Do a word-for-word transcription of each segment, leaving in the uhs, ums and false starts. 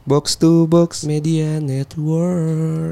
Box to Box Media Network.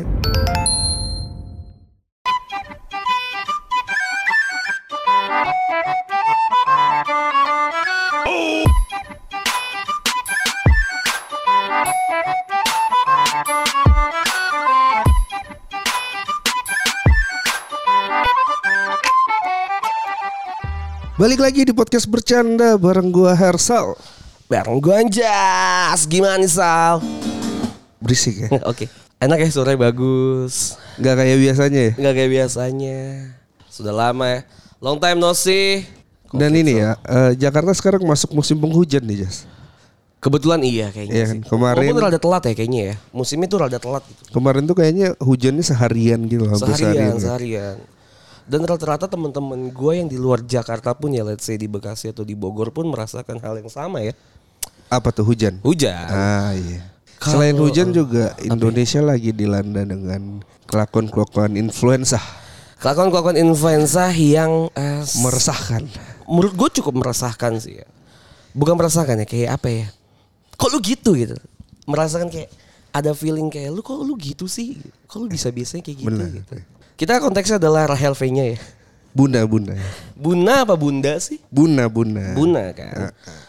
Balik lagi di podcast bercanda bareng gua Hersal. Bareng gue Anjas. Gimana nih Sal? Berisik ya? Oke. Enak ya, suaranya bagus. Gak kayak biasanya ya? Gak kayak biasanya. Sudah lama ya. Long time no see. Dan ini ya, uh, Jakarta sekarang masuk musim penghujan nih, Jas. Kebetulan iya kayaknya Iya sih. kan, kemarin- Walaupun rada telat ya kayaknya ya. Musimnya tuh rada telat gitu. Kemarin tuh kayaknya hujannya seharian gitu, hampir Seharian, seharian. seharian. Dan rata-rata teman-teman gue yang di luar Jakarta pun ya, let's say di Bekasi atau di Bogor pun merasakan hal yang sama ya. Apa tuh hujan? Hujan. Ah iya. Kalau- Selain hujan juga Indonesia lagi dilanda dengan kelakuan-kelakuan influenza Kelakuan-kelakuan influenza yang eh, meresahkan. menurut gue cukup meresahkan sih ya. Bukan meresahkan ya, kayak apa ya? Kok lu gitu gitu? Merasakan kayak ada feeling kayak lu kok lu gitu sih? Kok lu bisa biasanya kayak gitu Bener. gitu. Kita konteksnya adalah Rahel V-nya ya. Bunda, bunda. Buna apa bunda sih? Buna, bunda. Buna kan.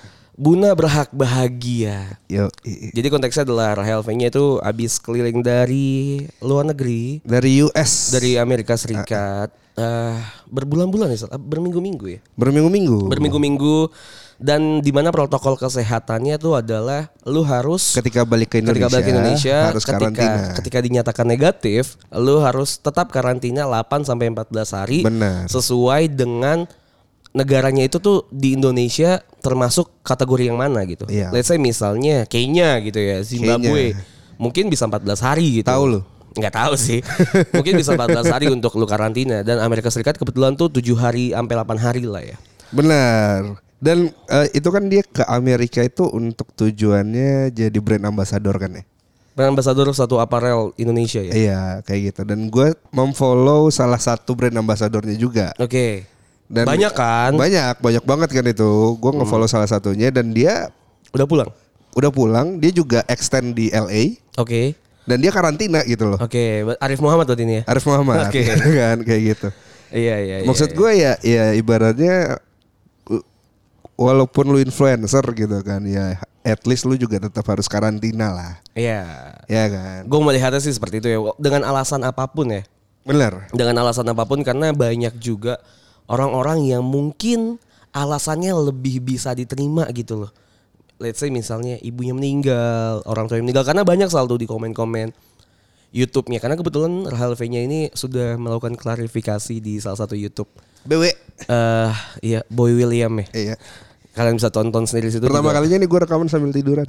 Buna berhak bahagia. Yo, i- i- Jadi konteksnya adalah Rahel V-nya itu abis keliling dari luar negeri, dari U S. dari Amerika Serikat, eh, berbulan-bulan ya, Sal? berminggu-minggu ya. Berminggu-minggu. Berminggu-minggu, dan di mana protokol kesehatannya itu adalah lu harus Ketika balik ke Indonesia, ketika balik ke Indonesia harus ketika karantina. ketika dinyatakan negatif, lu harus tetap karantina delapan sampai empat belas hari. Benar. Sesuai dengan negaranya itu tuh di Indonesia termasuk kategori yang mana gitu. Iya. Let's say misalnya Kenya gitu ya, Zimbabwe. Kenya. Mungkin bisa empat belas hari gitu. Tahu lu? Nggak tahu sih. Mungkin bisa empat belas hari untuk lu karantina, dan Amerika Serikat kebetulan tuh tujuh hari sampai delapan hari lah ya. Benar. Dan eh, itu kan dia ke Amerika itu untuk tujuannya jadi brand ambassador kan ya? Brand ambassador satu aparel Indonesia ya. Iya kayak gitu. Dan gue memfollow salah satu brand ambassadornya juga. Oke. Dan Banyak kan? Banyak, banyak banget kan itu. Gue ngefollow salah satunya dan dia Udah pulang. udah pulang. Dia juga extend di L A Oke. dan dia karantina gitu loh. Oke, Arif Muhammad berarti ini ya. Arif Muhammad, Oke. kan kayak gitu. Iya iya. iya, Maksud iya. gue ya, ya ibaratnya uh, walaupun lu influencer gitu kan, ya at least lu juga tetap harus karantina lah, Iya. ya kan? Gue melihatnya sih seperti itu ya. Dengan alasan apapun ya. Bener. Dengan alasan apapun, karena banyak juga orang-orang yang mungkin alasannya lebih bisa diterima gitu loh. Let's say misalnya ibunya meninggal, orang tuanya meninggal, karena banyak selalu di komen-komen YouTube-nya. Karena kebetulan Rahel V-nya ini sudah melakukan klarifikasi di salah satu YouTube. B W. Eh iya, Boy William ya. Iya. Kalian bisa tonton sendiri situ. Pertama juga. kalinya nih gue rekaman sambil tiduran.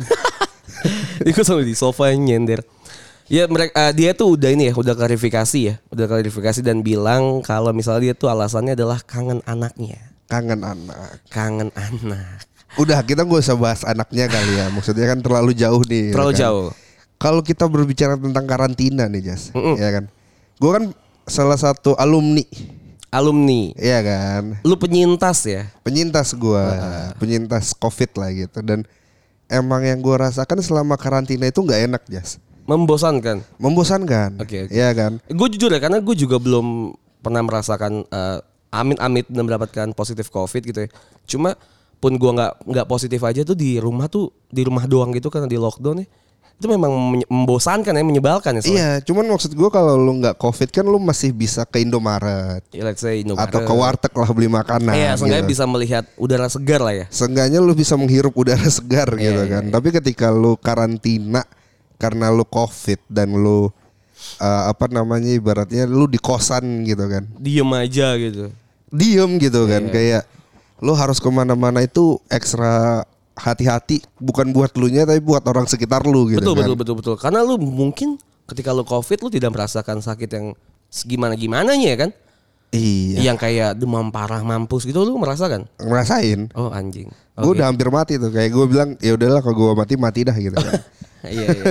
Ikut sambil di sofa yang nyender. Ya mereka uh, dia tuh udah ini ya, udah klarifikasi ya, udah klarifikasi dan bilang kalau misalnya dia tuh alasannya adalah kangen anaknya, Kangen anak. kangen anak. Udah kita gak usah bahas anaknya kali ya. Maksudnya kan terlalu jauh nih. Terlalu kan? jauh. Kalau kita berbicara tentang karantina nih Jas, Mm-mm. ya kan? Gue kan salah satu alumni, Alumni. ya kan? Lu penyintas ya? Penyintas gue, penyintas COVID lah gitu. Dan emang yang gue rasakan selama karantina itu nggak enak Jas. Membosankan. Membosankan. Oke, oke. Iya kan? Gue jujur ya, karena gue juga belum pernah merasakan uh, amit-amit dan mendapatkan positif COVID gitu ya. Cuma pun gue nggak nggak positif aja tuh di rumah tuh, di rumah doang gitu karena di lockdown ya. Itu memang menye- membosankan ya, menyebalkan ya. soalnya. Iya, cuman maksud gue kalau lu nggak COVID kan lu masih bisa ke Indomaret Ya, let's say Indomaret. atau ke warteg lah beli makanan. Iya, seenggaknya gitu. bisa melihat udara segar lah ya. Seenggaknya lu bisa menghirup udara segar Iya, gitu iya, kan. iya. Tapi ketika lu karantina karena lu COVID dan lu uh, apa namanya ibaratnya lu di kosan gitu kan. Diem aja gitu. Diem gitu kan. Iya. Kayak lu harus kemana-mana itu ekstra hati-hati. Bukan buat lu nya tapi buat orang sekitar lu gitu Betul, kan. betul, betul, betul. Karena lu mungkin ketika lu COVID lu tidak merasakan sakit yang gimana-gimananya ya kan? Iya. Yang kayak demam parah mampus gitu lu merasakan? Ngerasain. Oh anjing. Gue Oke. udah hampir mati tuh. Kayak gue bilang ya udahlah kalau gue mati mati dah gitu kan. Iya, iya.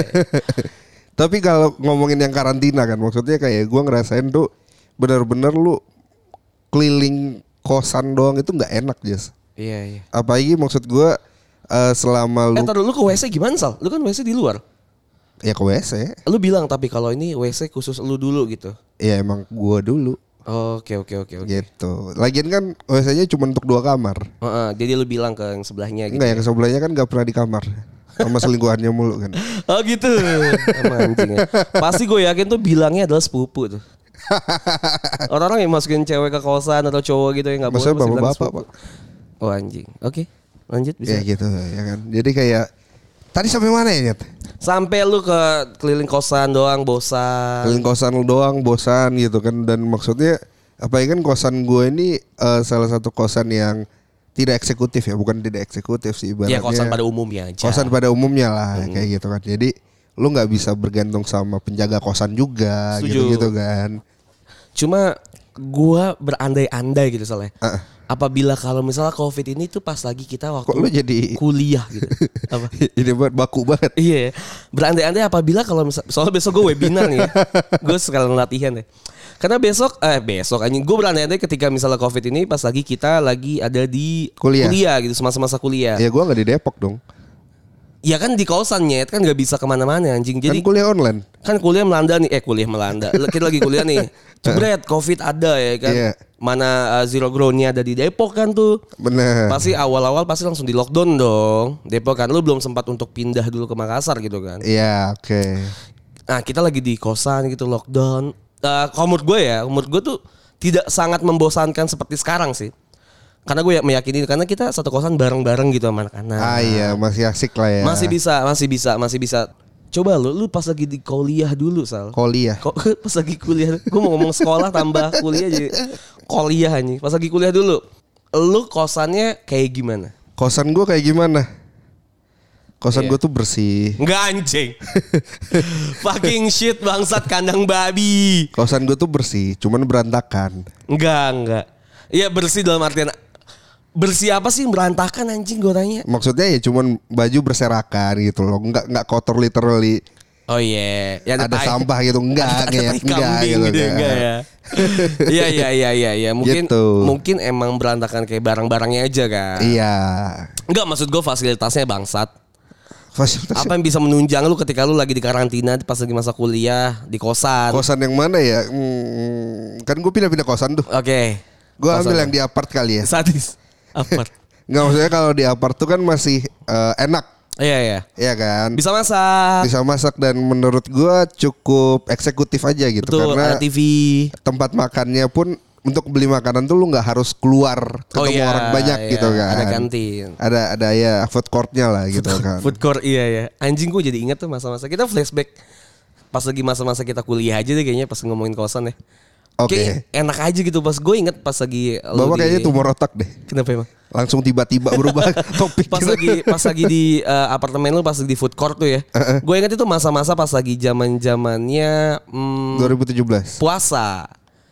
Tapi kalau ngomongin yang karantina kan, maksudnya kayak gue ngerasain tuh bener-bener lu keliling kosan doang itu nggak enak Jas. Iya, iya. Apalagi maksud gue uh, selama lu Eh, taruh lu ke W C gimana Sal? Lu kan W C di luar. Ya ke W C. Lu bilang tapi kalau ini W C khusus lu dulu gitu. Ya emang gua dulu. Oke oke oke oke. Gitu. Lagian kan W C-nya cuma untuk dua kamar. Uh, uh, jadi lu bilang ke yang sebelahnya gitu. Enggak, yang sebelahnya kan gak pernah di kamar. Sama selingkuhannya mulu kan. Oh gitu. Emang anjing ya. Pasti gue yakin tuh bilangnya adalah sepupu tuh. Orang-orang yang masukin cewek ke kosan atau cowok gitu yang gak boleh. Maksudnya bapak-bapak, Pak. Oh anjing. Oke. Lanjut bisa. Ya gitu ya kan. Jadi kayak tadi sampai mana ya, Nyet? Sampai lu ke keliling kosan doang bosan. Keliling kosan lu doang bosan gitu kan. Dan maksudnya apa ya kan kosan gue ini uh, salah satu kosan yang tidak eksekutif ya, bukan tidak eksekutif sih ibaratnya. Ya kosan pada umumnya aja. Kosan pada umumnya lah hmm. kayak gitu kan. Jadi lu nggak bisa bergantung sama penjaga kosan juga. Setuju. Gitu-gitu kan. Cuma gua berandai-andai gitu soalnya. Uh. Apabila kalau misalnya Covid ini tuh pas lagi kita waktu kok lu jadi kuliah gitu. Apa? Ini buat baku banget. Iya. Berandai-andai apabila kalau misal soalnya besok gue webinar nih ya. Gue sekalian latihan ya. Karena besok eh besok anjing gue berandai-andai ketika misalnya Covid ini pas lagi kita lagi ada di kuliah, kuliah gitu semasa-masa kuliah. Ya gue nggak di Depok dong. Ya kan di kosannya kan nggak bisa kemana-mana anjing. Jadi kan kuliah online. Kan kuliah melanda nih. Eh kuliah melanda. Kita lagi kuliah nih. Jebret Covid ada ya kan. Yeah. Mana uh, Zero Ground-nya ada di Depok kan tuh. Bener. Pasti awal-awal pasti langsung di lockdown dong. Depok kan lu belum sempat untuk pindah dulu ke Makassar gitu kan. Iya oke. Okay. Nah kita lagi di kosan gitu lockdown. Uh, kalau menurut gue ya, menurut gue tuh tidak sangat membosankan seperti sekarang sih. Karena gue meyakini karena kita satu kosan bareng-bareng gitu sama anak-anak. Ah iya masih asik lah ya. Masih bisa, masih bisa, masih bisa. Coba lu, lu pas lagi di kuliah dulu Sal. Kuliah. Kok pas lagi kuliah, gue mau ngomong sekolah tambah kuliah jadi kuliah nih. Pas lagi kuliah dulu, lu kosannya kayak gimana? Kosan gue kayak gimana? Kosan yeah. gue tuh bersih. Enggak anjing. Fucking shit bangsat kandang babi. Kosan gue tuh bersih, cuman berantakan. Enggak, enggak. Iya bersih dalam artian bersih apa sih berantakan anjing gue tanya. Maksudnya ya cuman baju berserakan gitu loh, enggak enggak kotor literally. Oh iya, yeah. ya, ada, ada sampah gitu enggak ada, kayak ada enggak gitu enggak, enggak ya. Iya iya iya iya iya mungkin gitu. Mungkin emang berantakan kayak barang-barangnya aja kan. Iya. Enggak maksud gue fasilitasnya bangsat. Fasilitasnya. Apa yang bisa menunjang lu ketika lu lagi di karantina pas lagi masa kuliah di kosan? Kosan yang mana ya? Hmm, kan gue pindah-pindah kosan tuh. Oke. Okay. Gue ambil yang di apart kali ya. Sadis. Apart. Enggak maksudnya kalau di apart tuh kan masih uh, enak. Iya iya. Iya kan. Bisa masak. Bisa masak dan menurut gue cukup eksekutif aja gitu. Betul, karena ada T V. Tempat makannya pun untuk beli makanan tuh lu nggak harus keluar ketemu oh, iya, orang banyak iya. gitu kan. Ada kantin. Ada ada ya food courtnya lah gitu food, kan. Food court iya ya. Anjing gue jadi ingat tuh masa-masa kita flashback pas lagi masa-masa kita kuliah aja deh kayaknya pas ngomongin kosan ya. Oke. Okay. Enak aja gitu pas gue inget pas lagi Bapak di... kayaknya tumor otak deh. Kenapa emang? Langsung tiba-tiba berubah topik. Pas lagi pas lagi di uh, apartemen lu pas lagi di food court tuh ya. Uh-uh. Gue inget itu masa-masa pas lagi zaman-zamannya hmm, dua ribu tujuh belas. Puasa.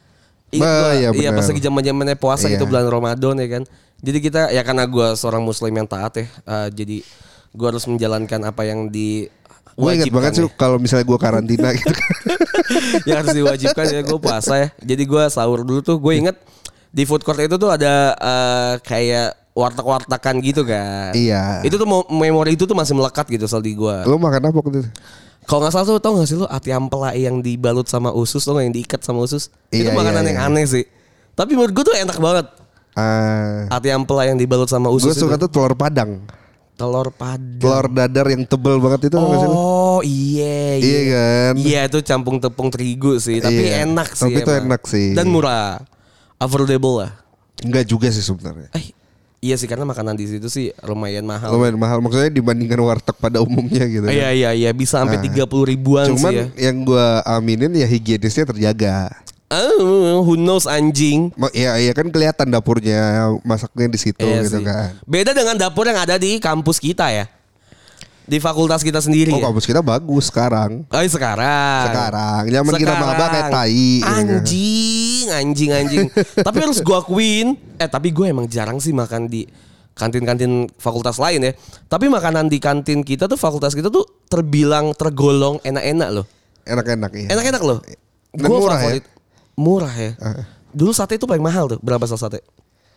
Bah, iya, iya pas lagi zaman-zamannya puasa iya. Itu bulan Ramadan ya kan. Jadi kita ya karena gue seorang muslim yang taat ya. Uh, jadi gue harus menjalankan apa yang di gue inget banget sih ya. Kalau misalnya gue karantina gitu kan. Yang harus diwajibkan ya gue puasa ya. Jadi gue sahur dulu tuh gue inget di food court itu tuh ada uh, kayak warteg-wartegan gitu kan. Iya. Itu tuh memori itu tuh masih melekat gitu soal di gue. Lo makan apa waktu itu? Kalau nggak salah tuh tau nggak sih lo ati ampela yang dibalut sama usus tuh yang diikat sama usus. Iya, itu makanan iya, yang iya. aneh sih. Tapi menurut gue tuh enak banget. Uh, ati ampela yang dibalut sama usus. Gue suka tuh telur padang. Telur padang. Telur dadar yang tebel banget itu. Oh iya, iya. Iya kan. Iya itu campur tepung terigu sih. Tapi iya. enak sih. Tapi itu enak sih. Dan murah, affordable lah. Enggak juga sih sebenarnya. Eh, iya sih karena makanan di situ sih lumayan mahal. Lumayan mahal maksudnya dibandingkan warteg pada umumnya gitu. Iya iya iya bisa sampai tiga puluh ribuan cuman sih ya. Cuman yang gue aminin ya higienisnya terjaga. Oh, who knows anjing. Iya iya kan kelihatan dapurnya masaknya di situ iya gitu sih. kan. Beda dengan dapur yang ada di kampus kita ya. Di fakultas kita sendiri. Oh ya? kampus kita bagus sekarang. Oh sekarang. Sekarang. Zaman kita maba kayak tai. Anjing, anjing, anjing. Tapi harus gue akuin. Eh tapi gue emang jarang sih makan di kantin-kantin fakultas lain ya. Tapi makanan di kantin kita tuh fakultas kita tuh terbilang tergolong enak-enak loh. Enak-enak iya. Enak-enak loh. Dan Gua murah favorit. ya. Murah ya. Uh. Dulu sate itu paling mahal tuh. Berapa sel sate?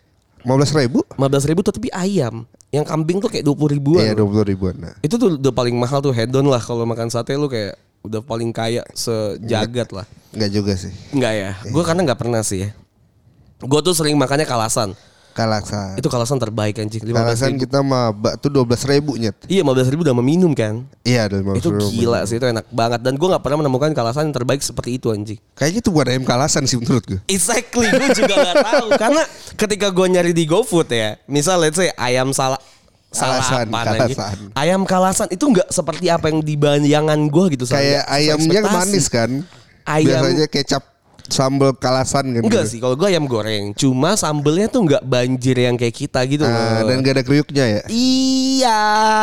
lima belas ribu? lima belas ribu tuh tapi ayam. Yang kambing tuh kayak dua puluh ribuan. Iya, dua puluh ribuan. Nah. Itu tuh udah paling mahal tuh head on lah kalau makan sate lu kayak udah paling kaya sejagat lah. Enggak juga sih. Enggak ya. Gue karena nggak pernah sih ya. Gue tuh sering makannya Kalasan. Kalasan. Itu Kalasan terbaik anjing. Kalasan kita mah bak tuh dua belas ribu nyet. Iya lima belas ribu udah meminum kan. Iya udah lima belas ribu. Itu gila sih, itu enak banget. Dan gue gak pernah menemukan Kalasan yang terbaik seperti itu anjing. Kayaknya itu bukan ayam Kalasan sih menurut gue. Exactly, gue juga gak tahu. Karena ketika gue nyari di GoFood ya, misal let's say ayam salah Kalasan, salah Kalasan. Ayam Kalasan itu gak seperti apa yang di bayangan gue gitu. Kayak ayamnya manis kan. Ayam, biasanya kecap sambal Kalasan kan. Enggak gitu. sih, kalau gue ayam goreng. Cuma sambelnya tuh nggak banjir yang kayak kita gitu ah, loh. Dan gak ada kriuknya ya. Iya,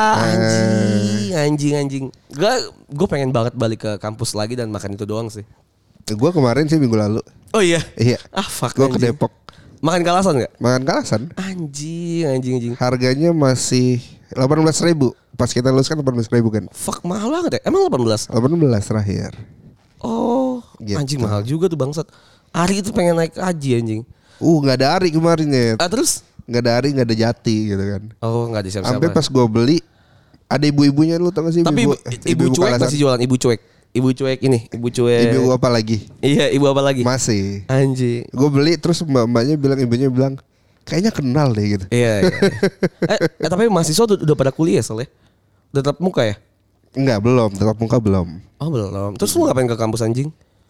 anjing, anjing, anjing. Gue gue pengen banget balik ke kampus lagi dan makan itu doang sih. Gue kemarin sih minggu lalu. Oh iya. Iya. Ah fuck. Gue ke Depok. Makan Kalasan nggak? Makan Kalasan. Anjing, anjing, anjing. Harganya masih delapan belas ribu. Pas kita lulus kan delapan belas ribu kan. Fuck, mahal banget ya. Emang delapan belas? delapan belas terakhir. Oh, Gitu. anjing mahal juga tuh bangsat. Ari itu pengen naik haji anjing. Uh nggak ada Ari kemarin ya. Ah terus? Nggak ada Ari, nggak ada Jati gitu kan. Oh nggak ada siapa-siapa. Sampai pas gue beli ada ibu-ibunya, lu tau gak sih? Tapi ibu, ibu, ibu cuek Kalasan. masih jualan. Ibu cuek. Ibu cuek ini. Ibu cuek. Ibu apa lagi? Iya ibu apa lagi? Masih. Anjing. Gue beli terus mbak-mbaknya bilang, ibunya bilang kayaknya kenal deh gitu. Iya. iya. eh, eh tapi mahasiswa udah, udah pada kuliah soalnya. Udah tetap muka ya? Enggak, belum. Tetap muka belum. Oh belum. Terus lu ngapain ke kampus anjing?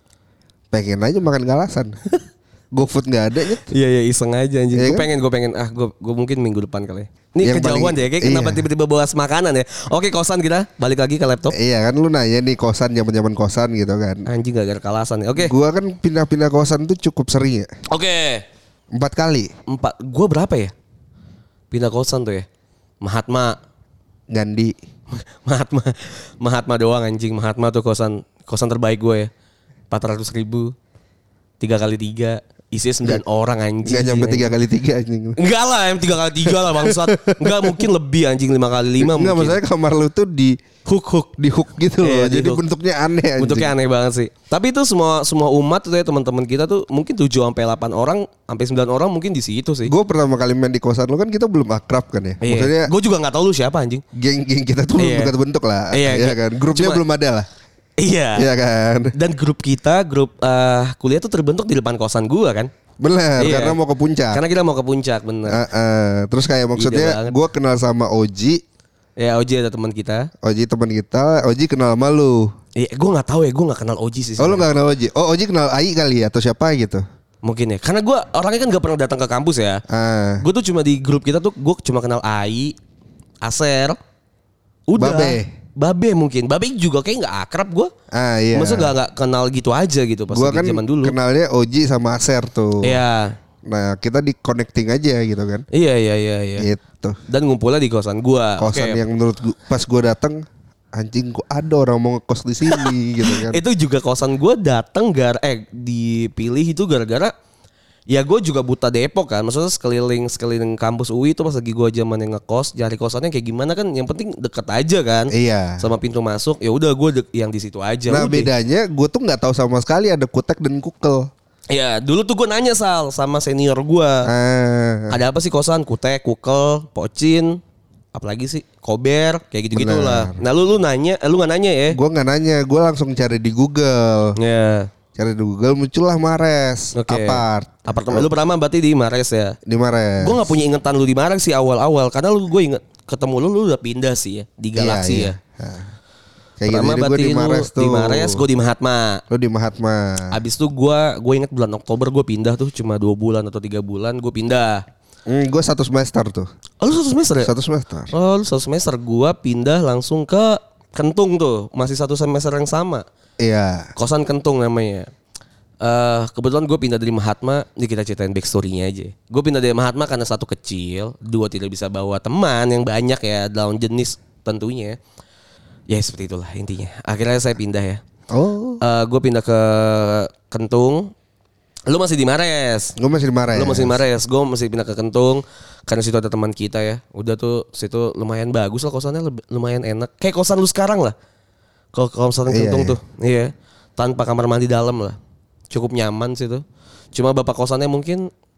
Pengen aja makan Kalasan. GoFood nggak ada ya? Iya iya iseng aja anjing. Iya Gue kan? pengen gue pengen ah gue gue mungkin minggu depan kali. Ini Yang kejauhan paling- deh kayak kenapa iya. tiba-tiba bahas makanan ya. Oke kosan kita balik lagi ke laptop. Iya kan lu nanya nih kosan, zaman-zaman kosan gitu kan. Anjing gak gara Kalasan ya. Oke. Gua kan pindah-pindah kosan tuh cukup sering ya. Oke. Empat kali. Empat. Gue berapa ya? Pindah kosan tuh ya. Mahatma. Gandhi. Mahatma. Mahatma doang anjing. Mahatma tuh kosan kosan terbaik gue ya. Empat ratus ribu. Tiga kali tiga. Isinya sembilan orang anjing. Gak nyampe tiga kali tiga anjing. Enggak lah, yang tiga kali tiga lah bangsat. Enggak mungkin lebih anjing lima kali lima Enggak, mungkin. maksudnya kamar lu tuh di Hook hook. di hook gitu Iya, loh. di Jadi hook. bentuknya aneh anjing. Bentuknya aneh banget sih. Tapi itu semua semua umat tuh ya teman-teman kita tuh mungkin tujuh sampai delapan orang sampai sembilan orang mungkin di situ sih. Gue pertama kali main di kosan lu kan kita belum akrab kan ya. Maksudnya Gue juga nggak tahu lu siapa anjing. geng-geng kita tuh belum Iya. bentuk lah. Iya, Iya iya. kan. Grupnya Cuma- belum ada lah. Iya. Iya kan. Dan grup kita, grup eh, kuliah tuh terbentuk di depan kosan gua kan. Benar, Iya. karena mau ke puncak. Karena kita mau ke puncak bener. Uh, uh, terus kayak maksudnya banget. gue kenal sama Oji. Ya Oji ada teman kita. Oji teman kita, Oji kenal sama lu. Iya, gue nggak tahu ya, gue nggak kenal Oji sih. Oh lu sebenarnya. gak kenal Oji? Oh Oji kenal Ai kali ya atau siapa gitu? Mungkin ya, karena gue orangnya kan nggak pernah datang ke kampus ya. Ah. Gue tuh cuma di grup kita tuh gue cuma kenal Ai, Aser, udah. Babe. Babe mungkin, Babe juga kayak nggak akrab gue. Ah iya. Masa nggak nggak kenal gitu aja gitu pas Gue lagi kan zaman dulu. kenalnya Oji sama Aser tuh. Iya, Nah kita di connecting aja gitu kan. iya iya iya. iya. Gitu. Dan ngumpulnya di kosan gue. Kosan yang menurut gua, pas gue datang anjing kok ada orang mau ngekos di sini gitu kan. Itu juga kosan gue dateng gara eh dipilih itu gara-gara ya gue juga buta Depok kan, maksudnya sekeliling sekeliling kampus U I itu pas lagi gue zaman yang ngekos, cari kosannya kayak gimana kan, yang penting deket aja kan, Iya. sama pintu masuk, ya udah gue yang di situ aja. Nah udah. bedanya gue tuh nggak tahu sama sekali ada kutek dan kukel. Ya dulu tuh gue nanya Sal sama senior gue, Ah. ada apa sih kosan, kutek, kukel, pocin, apalagi sih, kober, kayak gitu Benar. gitulah. Nah lu lu nanya, eh, lu nggak nanya ya? Gue nggak nanya, gue langsung cari di Google. Ya. Cari di Google muncullah Mares, Oke. apart. Apartemen lu pertama berarti di Mares ya? Di Mares. Gue gak punya ingetan lu di Mares sih awal-awal, karena lu gue inget ketemu lu lu udah pindah sih ya di Galaxy Iya, iya. ya. Nah. Kayak Pertama gitu, jadi gue berarti di lu Mares tuh. di Mares, gue di Mahatma. Lu di Mahatma. Abis itu gue gue inget bulan Oktober gue pindah tuh cuma dua bulan atau tiga bulan gue pindah. Hmm, gue satu semester tuh. Oh lu satu semester ya? Satu semester. Oh lu satu semester, gue pindah langsung ke Kentung tuh, masih satu semester yang sama. Iya. Kosan Kentung namanya. Eh kebetulan gue pindah dari Mahatma, ini kita ceritain backstory-nya aja. Gue pindah dari Mahatma karena satu kecil, dua tidak bisa bawa teman yang banyak ya, lawan jenis tentunya. Ya seperti itulah intinya. Akhirnya saya pindah ya. Oh. Eh gue pindah ke Kentung. Lu masih di Mares. Gue masih di Mares. Lu masih di Mares. Gue masih pindah ke Kentung karena situ ada teman kita ya. Udah tuh situ lumayan bagus lah kosannya, leb- lumayan enak. Kayak kosan lu sekarang lah. Kalau kosan Iya, Kentung iya. tuh, iya. Tanpa kamar mandi dalam lah. Cukup nyaman situ. Cuma bapak kosannya mungkin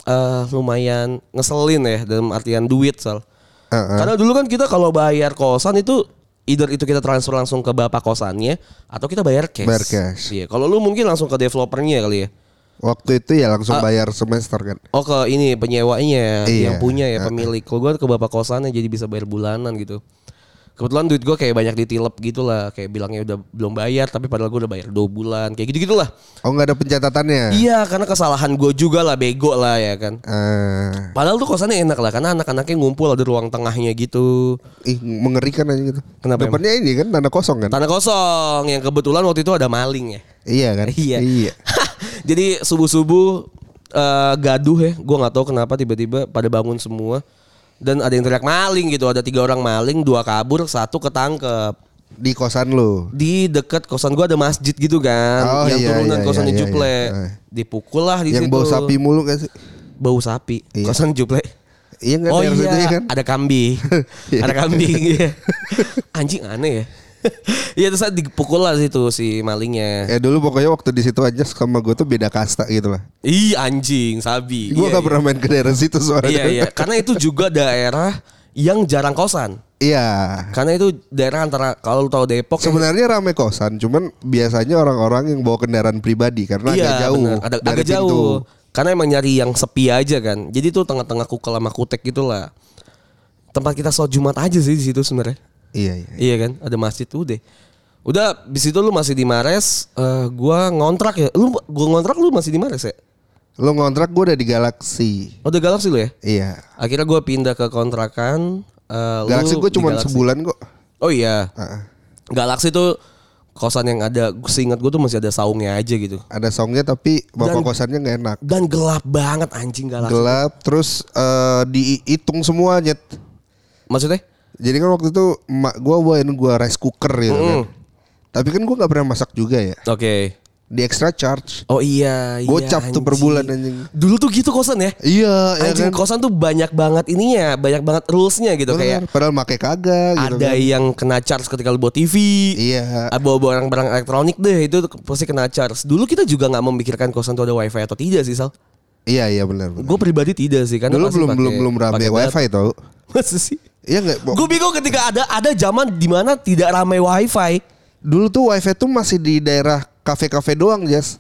eh, lumayan ngeselin ya dalam artian duit Sal. Uh-uh. Karena dulu kan kita kalau bayar kosan itu either itu kita transfer langsung ke bapak kosannya atau kita bayar cash. Bayar cash. Iya, kalau lu mungkin langsung ke developernya kali ya. Waktu itu ya langsung bayar semester kan. Oh ke ini penyewanya Iya. yang punya ya pemilik. Kalau gue ke bapak kosannya jadi bisa bayar bulanan gitu. Kebetulan duit gue kayak banyak ditilep gitu lah. Kayak bilangnya udah belum bayar tapi padahal gue udah bayar dua bulan. Kayak gitu-gitu lah. Oh nggak ada pencatatannya? Iya karena kesalahan gue juga lah bego lah ya kan. Uh, Padahal tuh kosannya enak lah karena anak-anaknya ngumpul ada ruang tengahnya gitu. ih mengerikan aja gitu. Kenapa Depannya ini kan tanah kosong kan? Tanah kosong yang kebetulan waktu itu ada maling ya. Iya kan? Iya. Iya. Jadi subuh-subuh eh, gaduh ya. Gue nggak tahu kenapa tiba-tiba pada bangun semua. Dan ada yang teriak maling gitu. Ada tiga orang maling, dua kabur, satu ketangkep. Di kosan lu. Di dekat kosan gue ada masjid gitu kan. Oh, yang iya, turunan iya, kosan iya, Juple. iya. Dipukul lah di Yang situ. bau sapi mulu kan sih? Bau sapi. Iya. Kosan Juple. Iya nggak Oh daerah situ ya iya, kan? ada kambing. Ada kambing ya. Anjing aneh ya. Iya terus dipukul lah situ si malingnya. Ya dulu pokoknya waktu di situ aja sama gue tuh beda kasta gitu lah. Ih anjing, sabi. Gue Iya, gak iya. pernah main ke daerah situ soalnya. Iya iya, karena itu juga daerah yang jarang kosan. Iya. Karena itu daerah antara kalau lu tahu Depok ya- Sebenarnya rame kosan, cuman biasanya orang-orang yang bawa kendaraan pribadi karena iya, agak jauh bener. Ada, dari agak jauh. pintu. Karena emang nyari yang sepi aja kan. Jadi tuh tengah-tengah Kukel sama Kutek gitulah. Tempat kita sholat Jumat aja sih di situ sebenarnya. Iya iya. Iya kan, ada masjid tuh deh. Udah, di situ lu masih di Mares, eh, gua ngontrak ya. Lu gua ngontrak lu masih di Mares ya? Lo ngontrak gue udah di Galaxy. Oh, udah Galaxy lu ya? Iya. Akhirnya gua pindah ke kontrakan. eh, lu Galaxy gue di cuma Galaxy. sebulan kok. Oh iya. Heeh. Galaxy tuh kosan yang ada, seingat gue tuh masih ada saungnya aja gitu. Ada songnya tapi bapak Dan- kosannya nggak enak. Dan gelap banget anjing Galaxy. Gelap terus eh, dihitung semua nyet. Maksudnya? Jadi kan waktu itu emak gue bawain gue rice cooker gitu kan. Mm. Tapi kan gue nggak pernah masak juga ya. Oke. Di extra charge. Oh iya, iya. Gocap tuh per anjing. bulan anjing. Dulu tuh gitu kosan ya. Iya, ya Anjing kan. kosan tuh banyak banget ininya, banyak banget rulesnya gitu. Bener, Kayak padahal make kagak gitu ada kan. yang kena charge ketika lu bawa T V. Iya. Ah, bawa barang-barang elektronik deh itu pasti kena charge. Dulu kita juga nggak memikirkan kosan tuh ada wifi atau tidak sih Sal. Iya iya benar. benar. Gue pribadi tidak sih karena Dulu pasti belum pakai- belum belum rame pakai wifi tau. Masa sih? Iya nggak? Bo- Gue bingung ketika ada ada zaman dimana tidak ramai wifi. Dulu tuh wifi tuh masih di daerah kafe-kafe doang, Jas.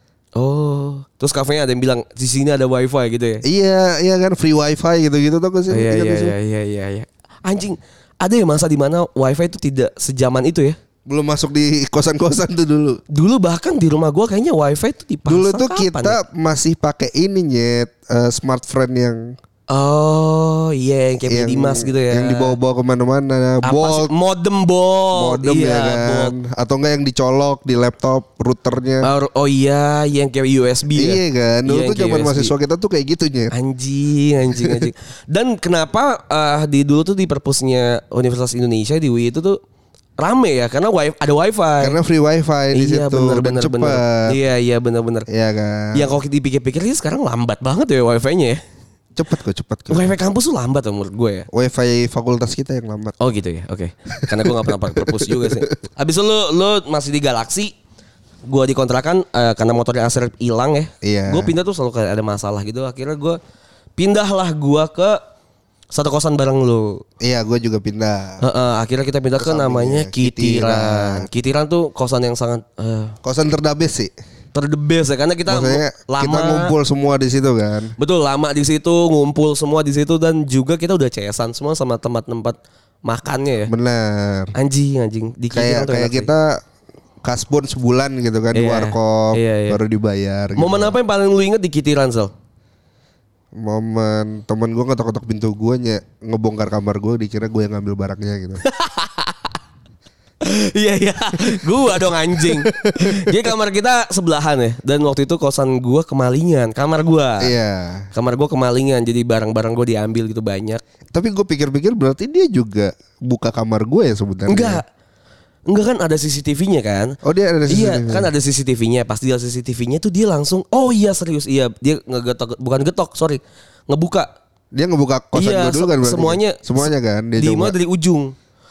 Oh, terus kafenya ada yang bilang di sini ada wifi gitu ya? Iya, iya kan free wifi gitu-gitu tuh sih. Iya Ingat iya gak sih? iya iya iya iya. Anjing, ada ya masa dimana wifi itu tidak sejaman itu ya? Belum masuk di kosan-kosan tuh dulu. Dulu bahkan di rumah gua kayaknya wifi itu dipasang Dulu tuh kapan kita ya? masih pakai ini nyet, eh, smart friend yang Oh iya yang kayak yang, Dimas gitu ya. yang dibawa-bawa kemana-mana. Apa sih? Bolt, Modem bolt. modem iya, ya kan. bolt. Atau enggak yang dicolok di laptop routernya. Oh, oh iya yang kayak U S B ya. Iya kan. Dulu Iya, tuh yang kayak zaman U S B. mahasiswa kita tuh kayak gitu nyet. Anjing, anjing, anjing. Dan kenapa eh, di dulu tuh di perpusnya Universitas Indonesia di U I itu tuh rame ya karena wifi, ada wifi. Karena free wifi di iya, situ bener, dan bener, cepat. bener. Iya iya benar-benar. Iya kan. Yang kalau kita dipikir-pikir sih sekarang lambat banget ya wifi-nya ya. Cepet kok, cepet kok. Wifi kampus tuh lambat tuh menurut gue ya. Wifi fakultas kita yang lambat. Oh gitu ya, oke. Karena gue gak pernah pakai perpus juga sih. Abis itu lu, lu masih di Galaxy, gue dikontrakan eh, karena motornya Acer hilang ya. Iya. Gue pindah tuh selalu kayak ada masalah gitu. Akhirnya gue pindahlah gue ke satu kosan bareng lu. Iya, gue juga pindah. Heeh, akhirnya kita pindah ke sampingnya, namanya Kitiran. Kitiran. Kitiran tuh kosan yang sangat eh, Kosan terdabes sih. terdebes ya karena kita Maksudnya lama kita ngumpul semua di situ kan. Betul, lama di situ, ngumpul semua di situ dan juga kita udah cesan semua sama tempat-tempat makannya ya. Benar. Anjing, anjing. Di Kitiran Kayak tuh kayak enak sih. kita kasbon sebulan gitu kan di Iya, warkop iya, iya. baru dibayar. Gitu. Momen apa yang paling lu inget di Kitiran, Sel? Momen temen gue ngetok-ngetok pintu gue nye, ngebongkar kamar gue dikira gue yang ngambil barangnya gitu. Iya iya, gua dong anjing. Jadi kamar kita sebelahan ya. Dan waktu itu kosan gua kemalingan, kamar gua. Iya. Kamar gua kemalingan, jadi barang-barang gua diambil gitu banyak. Tapi gue pikir-pikir berarti dia juga buka kamar gue ya sebenarnya. Enggak. Enggak kan ada C C T V-nya kan? Oh dia ada C C T V. Iya, kan ada C C T V-nya. Pas dia C C T V-nya tuh dia langsung, oh iya serius, iya dia ngegetok, bukan getok, sorry, ngebuka. Dia ngebuka kosan Iya, gue dulu kan se- berarti. semuanya Semuanya kan dia di coba. mana dari ujung.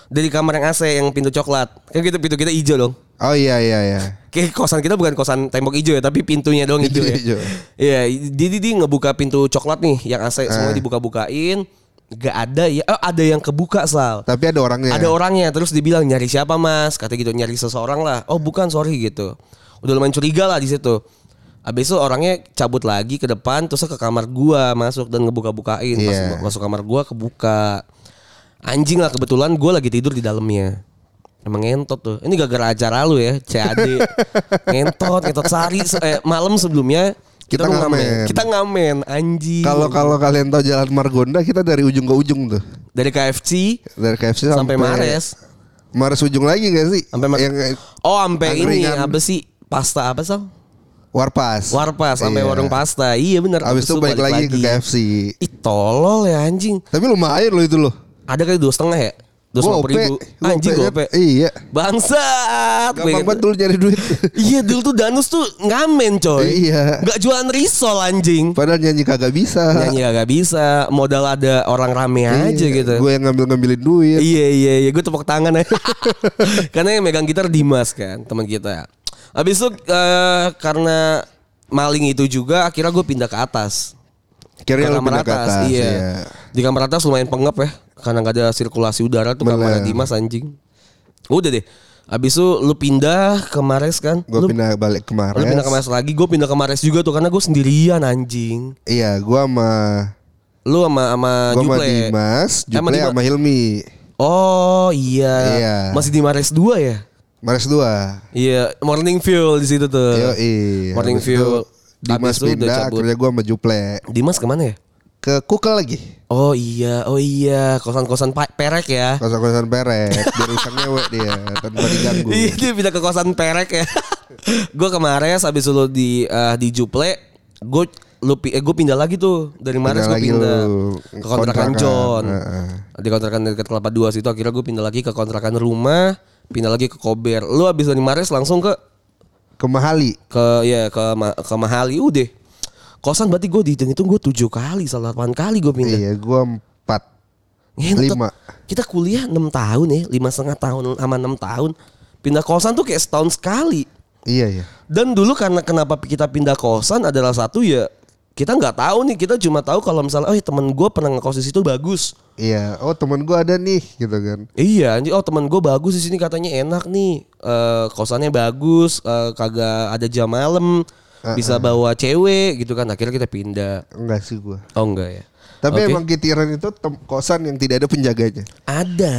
Dari kamar yang A C yang pintu coklat. Kan kita pintu kita hijau dong. Oh iya iya iya. Kayak kosan kita bukan kosan tembok hijau ya, tapi pintunya doang hijau ya. Iya, jadi dia ngebuka pintu coklat nih yang A C semua Ah. dibuka-bukain. Gak ada ya, oh, ada yang kebuka Sal. Tapi ada orangnya. Ada orangnya, terus dibilang nyari siapa mas? Kata gitu nyari seseorang lah. Oh bukan sorry gitu. Udah lumayan curiga lah di situ. Abis itu orangnya cabut lagi ke depan, terus ke kamar gua masuk dan ngebuka-bukain. Pas Iya. masuk kamar gua kebuka. Anjing lah kebetulan gua lagi tidur di dalamnya. Emang ngentot tuh. Ini gara-gara acara lu ya, C A D. ngentot, ngentot sehari eh, malam sebelumnya kita, Kita tuh ngamen. Kita ngamen, anjing. Kalau kalau kalian tahu Jalan Margonda, kita dari ujung ke ujung tuh. Dari K F C Dari K F C sampai sampai Mares. Mares ujung lagi gak sih? Sampai Mar- yang Oh, sampai ini angkringan. apa sih? Pasta apa sih? Warpas. Warpas sampai Iya. warung pasta. Iya benar. Abis itu balik lagi ke K F C. Ih tolol ya anjing. Tapi lumayan loh itu loh. Ada kali dua setengah ya? Dua Gope. puluh ribu. Anjing Gope. gope. Iya. Bangsat. Gampang banget dulu nyari duit. Iya dulu tuh Danus tuh ngamen coy. Iya. Gak jualan risol anjing. Padahal nyanyi kagak bisa. Nyanyi gak bisa. Modal ada orang rame aja gitu. Gue yang ngambil-ngambilin duit. Iya iya iya. Gue tepuk tangan aja. Karena yang megang gitar Dimas kan. Teman kita. Habis itu eh, karena maling itu juga akhirnya gue pindah ke atas. Kira Ke lu kamar pindah ke atas, atas. iya. Iya. Di kamar atas lumayan pengep ya, karena nggak ada sirkulasi udara tuh kamar Bener. Dimas anjing. Udah deh. Abis itu lu pindah ke Mares kan? Gue Lu, pindah balik ke Mares. lu pindah ke Mares lagi, gue pindah ke Mares juga tuh karena gue sendirian anjing. Iya, gue sama Lu sama sama gue sama Juple. Dimas, Eh, sama Juple Dimas. sama Hilmi. Oh iya. Iya. Masih di Mares dua ya? Mares dua. Iya, Morning View di situ tuh. Yoi. Morning Habis View. itu Dimas Habis itu udah pindah, cabut. akhirnya gue sama Juple Dimas kemana ya? ke Kukel lagi. Oh iya, oh iya, kosan-kosan pa- perek ya. Kosan-kosan perek, biar bisa ngewek dia tanpa diganggu. Iya dia pindah ke kosan perek ya. Gue kemarin habis lu di uh, di Juple, gue lu pi- eh, gue pindah lagi tuh dari Mares gue lagi pindah lu. ke kontrakan Kontrakan, John. heeh. Di kontrakan dekat Kelapa dua situ akhirnya gue pindah lagi ke kontrakan rumah, pindah lagi ke Kober. Lu habis dari Mares langsung ke Ke Mahali. ke ya ke Ma- ke Mahali udah. Kosan berarti gue dihitung-hitung gue tujuh kali, salah delapan kali gue pindah. Iya, gue empat. Ngentot. Lima. Kita kuliah enam tahun ya, lima setengah tahun sama enam tahun. Pindah kosan tuh kayak setahun sekali. Iya, iya. Dan dulu karena kenapa kita pindah kosan adalah satu ya kita nggak tahu nih, kita cuma tahu kalau misalnya oh temen gue pernah ngekos di situ bagus. Iya, oh teman gue ada nih gitu kan. Iya, anjing, oh temen gue bagus di sini katanya enak nih, eh, kosannya bagus, eh, kagak ada jam malam, bisa bawa cewek gitu kan. Akhirnya kita pindah. Enggak sih gue. Oh enggak ya. Tapi Oke. emang Kitiran itu tem- kosan yang tidak ada penjaganya. Ada.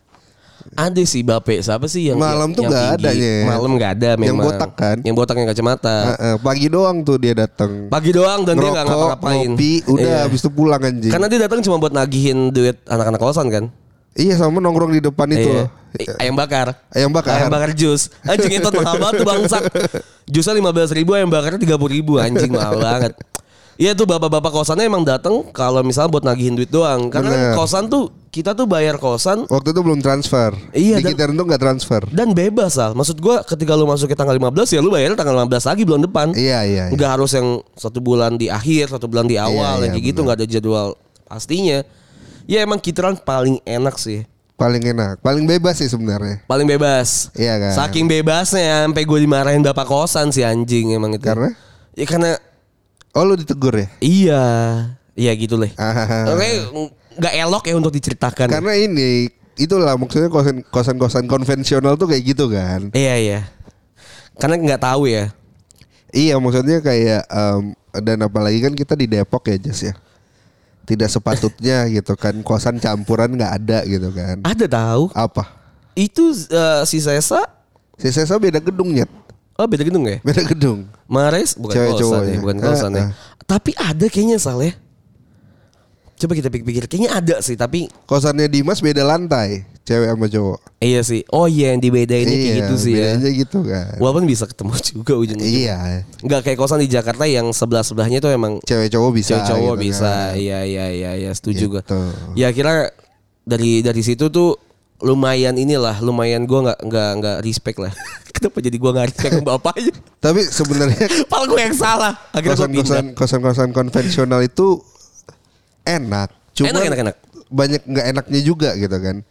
Ada sih Bape, siapa sih yang Malam tuh yang nggak tinggi? ada, Nyet. Malam nggak ada memang. Yang botak kan? Yang botak yang kacamata. Heeh, pagi doang tuh dia datang. Pagi doang dan dia nggak Ngerokok, ngapa-ngapain. ngopi, udah Iya. habis itu pulang anjing. Karena dia datang cuma buat nagihin duit anak-anak kosan kan. Iya, sama nongkrong di depan itu Iya. loh. I- Ayam bakar. Ayam bakar. Ayam bakar jus. Anjing itu mahal banget tuh bangsat. Jusnya lima belas ribu, ayam bakarnya tiga puluh ribu. Anjing mahal banget. Iya tuh bapak-bapak kosannya emang datang kalau misalnya buat nagihin duit doang. Karena Bener. kosan tuh kita tuh bayar kosan Waktu itu belum transfer. Iya, Di dan- Kitiran tuh nggak transfer. dan bebas Sal. Maksud gua ketika lu masuk ke tanggal lima belas ya lu bayarnya tanggal lima belas lagi bulan depan. Iya, iya. iya. Nggak harus yang satu bulan di akhir, satu bulan di awal, Iya, yang iya, kayak gitu nggak ada jadwal pastinya. Ya emang Kitiran paling enak sih, Paling enak, paling bebas sih sebenarnya. paling bebas. Iya kan? Saking bebasnya sampai gue dimarahin bapak kosan si anjing emang itu. Karena? Ya karena Oh lu ditegur ya? iya, iya gitu leh. Ah. Oke, nggak elok ya untuk diceritakan. Karena ini itulah maksudnya kosan kosan-kosan konvensional tuh kayak gitu kan. Iya iya. Karena nggak tahu ya. Iya maksudnya kayak em, dan apalagi kan kita di Depok ya Jas ya. Tidak sepatutnya gitu kan kosan campuran nggak ada gitu kan. Ada tahu? Apa? Itu eh, si Sesa. Si Sesa beda gedung Nyet. Oh beda gedung ya? Beda gedung. Mares bukan Cewek kosan cowok ya, ya. bukan kosan Ah, ya. ah. Tapi ada kayaknya Sal ya. Coba kita pikir-pikir, kayaknya ada sih tapi Kosannya Dimas beda lantai, cewek sama cowok. iya sih. Oh iya yang dibedain kayak gitu sih ya. bedanya gitu kan. Walaupun bisa ketemu juga ujung-ujung. Iya, Enggak kayak kosan di Jakarta yang sebelah-sebelahnya tuh emang cewek cowok bisa. cewek cowok gitu bisa. kan. Iya iya iya iya setuju gue. Gitu. Ya kira dari dari situ tuh lumayan inilah, lumayan gua nggak nggak nggak respect lah. Kenapa jadi gua nggak respect ke bapaknya? Tapi sebenarnya Padahal gue yang salah. Akhirnya gua pindah. kosan-kosan kosan-kosan konvensional itu enak. Cuma Enak, enak, enak. banyak nggak enaknya juga gitu kan.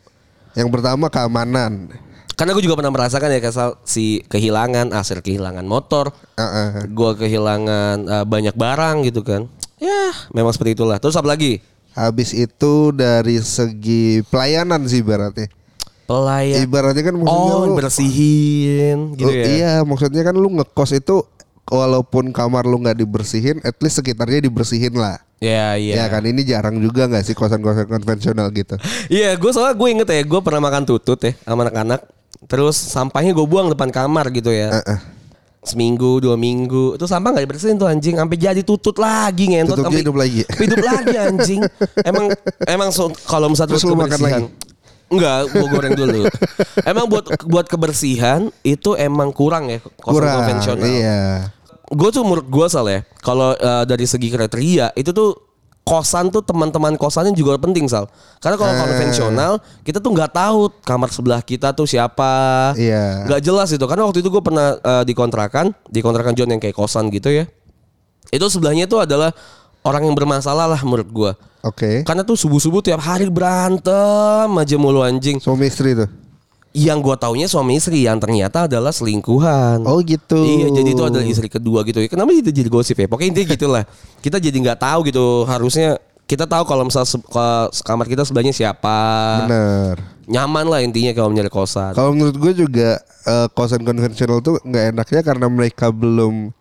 Yang pertama keamanan. Karena gue juga pernah merasakan ya kesal si kehilangan, hasil kehilangan motor, Uh-uh. gue kehilangan uh, banyak barang gitu kan. Ya, memang seperti itulah. Terus apa lagi? Habis itu dari segi pelayanan sih ibaratnya. Pelayan. Ibaratnya kan maksudnya Oh, lu bersihin gitu lu- ya. Iya, maksudnya kan lu ngekos itu walaupun kamar lu nggak dibersihin, at least sekitarnya dibersihin lah. Iya, iya. Ya kan ini jarang juga nggak sih kosan-kosan konvensional gitu. Iya, gue soalnya gue inget ya, gue pernah makan tutut ya sama anak-anak. Terus sampahnya gue buang depan kamar gitu ya. Uh-uh. Seminggu, dua minggu, itu sampah nggak dibersihin tuh anjing, sampai jadi tutut lagi ngentot, Tututnya sampai hidup lagi. hidup lagi anjing. Emang emang so, kalau misalnya Terus lu makan kebersihan, enggak, gue goreng dulu. Emang buat buat kebersihan itu emang kurang ya kosan Kurang. konvensional. Iya. Gue tuh menurut gue Sal ya, kalau uh, dari segi kriteria itu tuh kosan tuh teman-teman kosannya juga penting Sal. Karena kalau Eh. konvensional kita tuh nggak tahu kamar sebelah kita tuh siapa. Iya. Nggak jelas itu. Karena waktu itu gue pernah uh, dikontrakan, dikontrakan John yang kayak kosan gitu ya. Itu sebelahnya tuh adalah orang yang bermasalah lah menurut gue. Oke. Karena tuh subuh-subuh tiap hari berantem aja mulu anjing. Suami istri tuh. Yang gue taunya suami istri, yang ternyata adalah selingkuhan. Oh gitu. Iya, jadi itu adalah istri kedua gitu ya. Kenapa itu jadi gosip ya? Pokoknya intinya gitulah. Kita jadi nggak tahu gitu. Harusnya kita tahu kalau misalnya se- ke kamar kita sebelahnya siapa. Bener. Nyaman lah intinya kalau nyari kosan. Kalau menurut gue juga eh, kosan konvensional tuh nggak enaknya karena mereka belum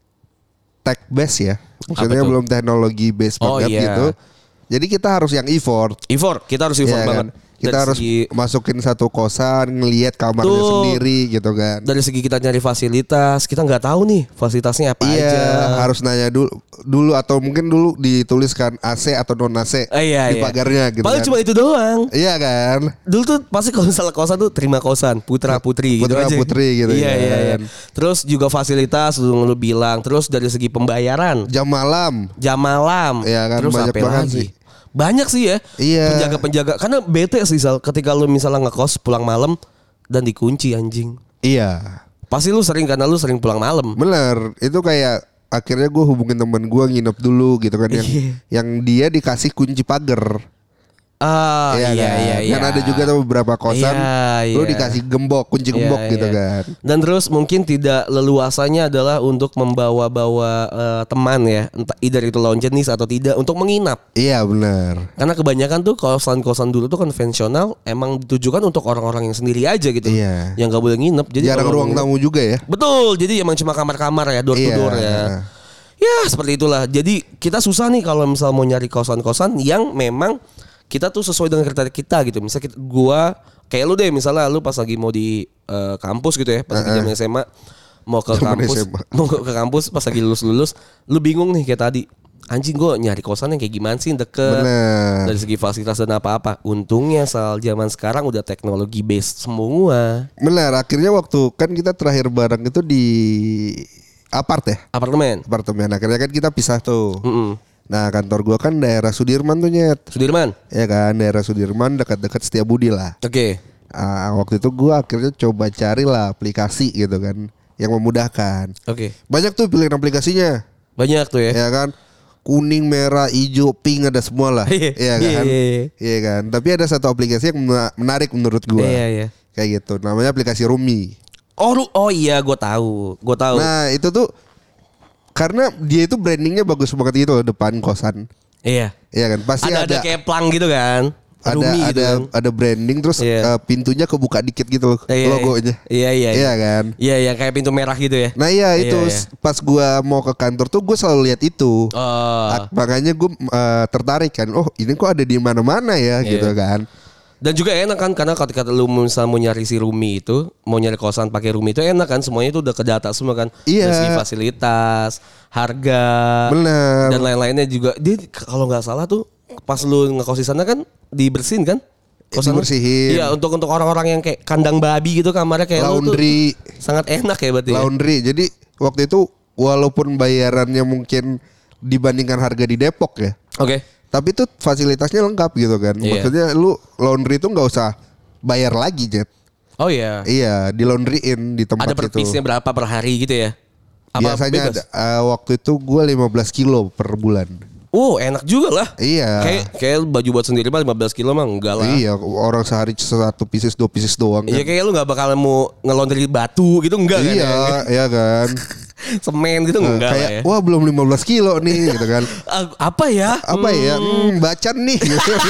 tech base ya. Maksudnya Apa tuh? belum teknologi base Oh, banget iya. gitu. Jadi kita harus yang effort. Effort, kita harus effort Iya banget. kan? Kita Dari harus segi- masukin satu kosan, ngelihat kamarnya Tuh. sendiri gitu kan. dari segi kita nyari fasilitas, kita nggak tahu nih fasilitasnya apa Iya, aja. harus nanya dulu dulu atau mungkin dulu dituliskan A C atau non A C Eh, iya, di iya. pagarnya gitu Paling kan. cuma itu doang. Iya kan? Dulu tuh pasti kalau misalnya kosan tuh terima kosan, putra putri gitu Putra aja. putri gitu Iya kan. iya iya. Terus juga fasilitas lu, lu bilang, terus dari segi pembayaran, Jam malam. jam malam, Iya kan, terus banyak apa banget lagi? sih. Banyak sih ya. Iya. Penjaga-penjaga karena bete sih Sal, ketika lu misalnya ngekos pulang malam dan dikunci anjing. Iya. Pasti lu sering karena lu sering pulang malam. Bener, itu kayak akhirnya gue hubungin temen gue nginep dulu gitu kan yang Iya. yang dia dikasih kunci pagar. Ah iya iya kan? iya. Kan ada juga tuh beberapa kosan Iya, lu iya. dikasih gembok, kunci Iya, gembok gitu iya. kan. Dan terus mungkin tidak leluasanya adalah untuk membawa-bawa eh, teman ya, entah either itu lawan jenis atau tidak untuk menginap. Iya benar. Karena kebanyakan tuh kosan-kosan dulu tuh konvensional emang ditujukan untuk orang-orang yang sendiri aja gitu. Iya. Yang gak boleh nginep. Jadi Jarang kalau ruang nginep- tamu juga ya. Betul, jadi emang cuma kamar-kamar ya, door to Iya. door ya. Ya seperti itulah. Jadi kita susah nih kalau misal mau nyari kosan-kosan yang memang kita tuh sesuai dengan kriteria kita gitu. Misal kita, gua kayak lu deh, misalnya lu pas lagi mau di eh, kampus gitu ya, pas lagi zaman S M A mau ke Zaman kampus, S M A. mau ke ke kampus pas lagi lulus-lulus, lu bingung nih kayak tadi. Anjing gua nyari kosan yang kayak gimana sih deket Bener. dari segi fasilitas dan apa-apa. Untungnya Sal zaman sekarang udah teknologi based semua. Benar, akhirnya waktu kan kita terakhir bareng itu di apart ya, Apartemen. apartemen. Akhirnya kan kita pisah tuh. Mm-mm. Nah kantor gua kan daerah Sudirman tuh Nyet. Sudirman. Ya kan, daerah Sudirman dekat-dekat Setiabudi lah. Oke. Ah, waktu itu gua akhirnya coba cari lah aplikasi gitu kan yang memudahkan. Oke. Banyak tuh pilihan aplikasinya. Banyak tuh ya. Ya kan? Kuning, merah, hijau, pink ada semua lah. Iya, Iya kan? iya, iya. Iya kan? Tapi ada satu aplikasi yang mena- menarik menurut gua. Iya, iya. Kayak gitu. Namanya aplikasi Rumi. Oh, lu, oh iya, gue tahu, gue tahu. Nah, itu tuh karena dia itu brandingnya bagus banget gitu loh depan kosan. Iya. Iya kan? Pasti Ada, ada ada kayak plang gitu kan. ada Rumi gitu ada kan. ada branding terus Iya. eh, pintunya kebuka dikit gitu loh, Iya, logonya. Iya, iya. Iya kan? Iya, iya, kayak pintu merah gitu ya. Nah iya Iya, itu iya. pas gua mau ke kantor tuh gue selalu lihat itu. Oh. Ak- Makanya gue eh, tertarik kan. Oh ini kok ada di mana-mana ya Iya. gitu kan. Dan juga enak kan karena ketika lu misalnya mau nyari si Rumi itu, mau nyari kosan pakai Rumi itu enak kan, semuanya itu udah kedata semua kan. Iya. Dari segi fasilitas, harga, Bener. dan lain-lainnya juga. Dia kalau nggak salah tuh pas lu ngekos di sana kan dibersihin kan? Kosan lu? Dibersihin. Iya, untuk untuk orang-orang yang kayak kandang babi gitu kamarnya kayak lu tuh Laundry, sangat enak ya berarti. ya? laundry. Jadi waktu itu walaupun bayarannya mungkin dibandingkan harga di Depok ya, Oke. tapi tuh fasilitasnya lengkap gitu kan. Iya. Maksudnya lu laundry itu nggak usah bayar lagi Jet. Oh iya. Iya, di laundryin di tempat Ada per itu. piece-nya berapa per hari gitu ya? Apa Biasanya bebas? ada, eh, waktu itu gue lima belas kilo per bulan. Oh enak juga lah. Iya. Kayak kayak baju buat sendiri mah lima belas kilo mah enggak lah. Iya, orang sehari satu pieces dua pieces doang. Iya Kan? kayak lu gak bakal mau ngelondri batu gitu enggak kan? Iya, iya kan. Semen gitu Nah, enggak kayak lah ya. wah belum lima belas kilo nih gitu kan. Ah, apa ya? Apa ya? Hmm, bacan nih.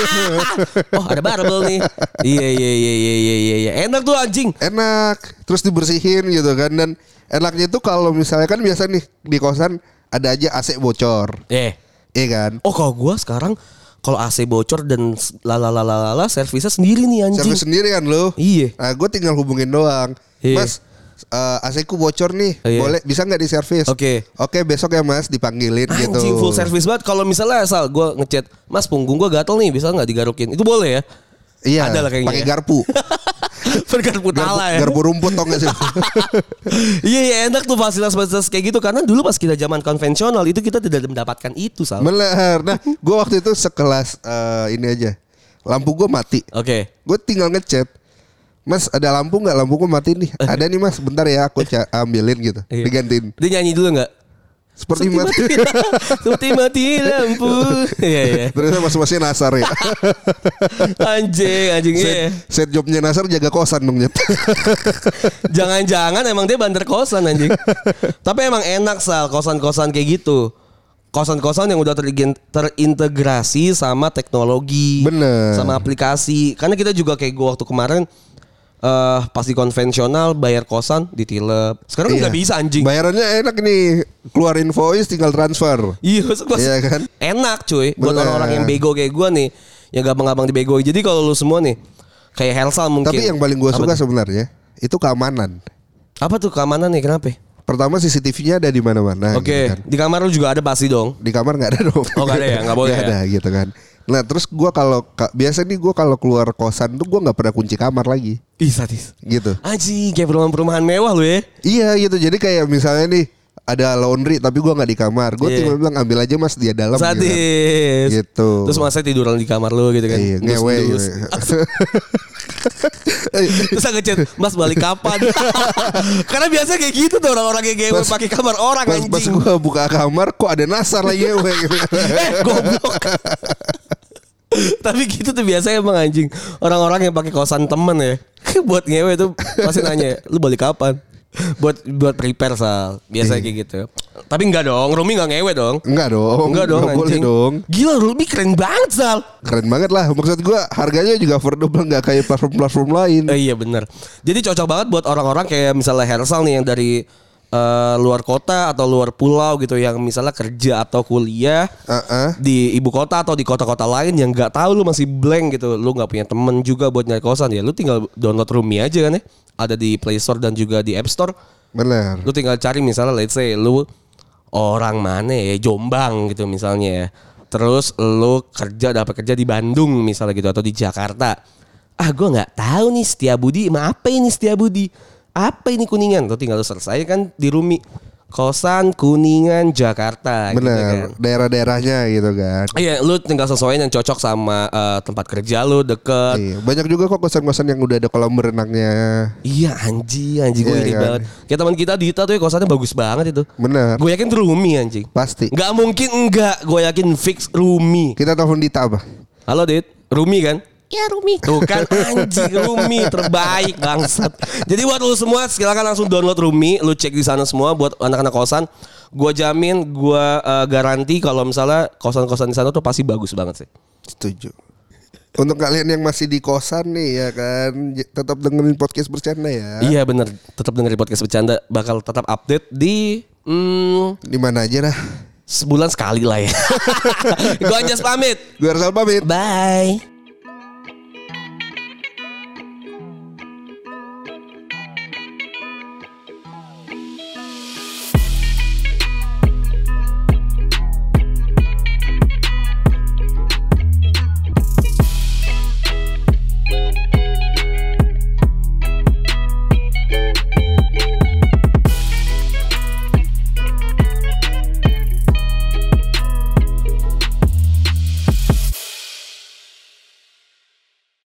Oh ada barbel nih. Iya iya iya iya iya iya iya. Enak tuh anjing. Enak, terus dibersihin gitu kan. Dan enaknya tuh kalau misalnya kan biasa nih di kosan ada aja A C bocor. Eh. Iya kan? Oh kalau gua sekarang kalau A C bocor dan lalalalala servisnya sendiri nih anjing. Servis sendiri kan lo. Iya. Nah gue tinggal hubungin doang. Iya. Mas uh, A C ku bocor nih. Iya. Boleh bisa nggak diservis? Oke. Oke besok ya mas dipanggilin gitu. Anjing full service banget. Kalau misalnya asal gua ngechat, Mas punggung gua gatel nih, bisa nggak digarukin? Itu boleh ya? Iya. Ada lah kayaknya Pakai ya. garpu. Garpu garpu, tala ya. garpu rumput tau gak sih? Iya iya enak tuh fasilitas-fasilitas kayak gitu. Karena dulu pas kita zaman konvensional itu kita tidak mendapatkan itu Sal. Bener. Nah gue waktu itu sekelas uh, ini aja. Lampu gue mati. Oke. Gue tinggal ngechat. Mas ada lampu nggak? Lampu gue mati nih. Ada nih mas. Bentar ya aku ca- ambilin gitu. Iya. Digantiin. Dia nyanyi dulu nggak? Seperti mati. Seperti mati lampu. Iya iya. Ternyata mas-masnya Nasar ya. Anjing anjing set, iya. set jobnya Nasar jaga kosan dong Nyet. Jangan-jangan emang dia banter kosan anjing. Tapi emang enak Sal kosan-kosan kayak gitu. Kosan-kosan yang udah tergen- terintegrasi sama teknologi. Bener. Sama aplikasi. Karena kita juga kayak gua waktu kemarin Uh, pasti konvensional bayar kosan ditilep. Sekarang Iya. nggak bisa anjing. Bayarannya enak nih. Keluarin voice tinggal transfer. Iya, maksud gua Iya kan? enak cuy. Buat Bener. orang-orang yang bego kayak gua nih, yang gampang-gampang dibegoin. Jadi kalau lu semua nih, kayak Hersal mungkin. Tapi yang paling gue Apa suka tuh? sebenarnya itu keamanan. Apa tuh keamanan nih? Kenapa? Pertama C C T V-nya ada di mana-mana. Oke, gitu kan. di kamar lu juga ada pasti dong. Di kamar nggak ada dong. Oh, nggak ada ya? Nggak boleh Nggak ya? ada gitu kan. Nah terus gue kalau ka- biasa nih gue kalau keluar kosan tuh gue nggak pernah kunci kamar lagi. Ih sadis. Gitu. Anjing, kayak perumahan-perumahan mewah lu ya. Iya gitu. Jadi kayak misalnya nih ada laundry tapi gue nggak di kamar. Gue Iya. tinggal bilang ambil aja mas dia dalam. Sadis. Gitu. kan. Gitu. Terus masa tiduran di kamar lu gitu kan. Iya, ngewe. Dus-dus. Terus aku ngechat, Mas balik kapan? Karena biasa kayak gitu tuh orang-orang yang ngewe Pas- pakai kamar orang Pas, pas anjing. gue buka kamar kok ada Nasar lagi ngewe gitu. Eh goblok. Tapi gitu tuh biasa emang anjing. Orang-orang yang pakai kosan temen ya. Buat ngewe tuh pasti nanya, lu balik kapan? Buat buat prepare Sal. Biasa Iya. kayak gitu. Tapi enggak dong, Rumi enggak ngewe dong. Enggak dong. Enggak dong Nggak boleh anjing. dong. Gila Rumi keren banget Sal. Keren banget lah. Maksud gue harganya juga affordable nggak kayak platform-platform lain. Eh, iya bener. Jadi cocok banget buat orang-orang kayak misalnya Hersal nih yang dari eh, luar kota atau luar pulau gitu yang misalnya kerja atau kuliah Uh-uh. di ibu kota atau di kota-kota lain yang nggak tahu lu masih blank gitu, lu nggak punya temen juga buat nyari kosan ya, lu tinggal download Rumi aja kan ya, ada di Play Store dan juga di App Store. Bener. Lu tinggal cari misalnya let's say lu orang mana ya, Jombang gitu misalnya ya. Terus lu kerja dapat kerja di Bandung misalnya gitu atau di Jakarta. Ah gue nggak tahu nih Setiabudi, ma apa ini Setiabudi? Apa ini Kuningan? Tuh tinggal lu selesai kan di Rumi. Kosan Kuningan Jakarta gitu kan. Bener. Daerah-daerahnya gitu kan. Iya, lu tinggal sesuaiin yang cocok sama eh, tempat kerja lu deket. Iya. Banyak juga kok kosan-kosan yang udah ada kolam berenangnya. Iya anjing, anjing gue Iya, iri kan? banget. Kayak teman kita Dita tuh ya kosannya bagus banget itu. Bener. Gue yakin tuh Rumi anjing. Pasti. Gak mungkin enggak, gue yakin fix Rumi. Kita telepon Dita apa? Halo Dit, Rumi kan? Ya Rumi. Tuh kan anjing Rumi terbaik bangsat. Jadi buat lu semua silakan langsung download Rumi, lu cek di sana semua buat anak-anak kosan. Gua jamin, gua uh, garansi kalau misalnya kosan-kosan di sana tuh pasti bagus banget sih. Setuju. Untuk kalian yang masih di kosan nih ya kan, j- tetap dengerin podcast bercanda ya. Iya bener, tetap dengerin podcast bercanda, bakal tetap update di hmm, Di mana aja dah. sebulan sekali lah ya. Gua Anjas pamit. Gue Arsal pamit. Bye.